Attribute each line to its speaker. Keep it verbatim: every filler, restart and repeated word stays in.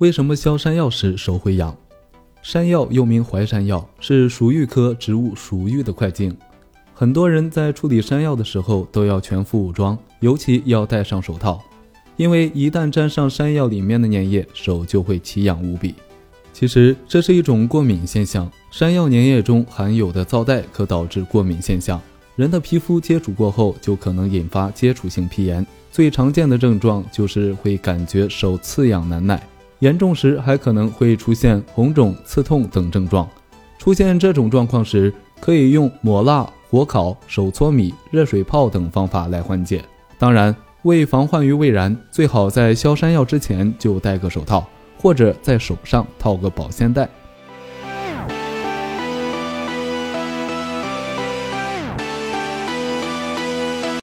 Speaker 1: 为什么削山药时手会痒？山药又名淮山药，是鼠玉科植物鼠玉的块茎。很多人在处理山药的时候都要全副武装，尤其要戴上手套，因为一旦沾上山药里面的粘液，手就会奇痒无比。其实这是一种过敏现象，山药粘液中含有的皂带可导致过敏现象，人的皮肤接触过后就可能引发接触性皮炎，最常见的症状就是会感觉手刺痒难耐，严重时还可能会出现红肿、刺痛等症状。出现这种状况时，可以用抹蜡、火烤、手搓米、热水泡等方法来缓解。当然，为防患于未然，最好在削山药之前就戴个手套，或者在手上套个保鲜带。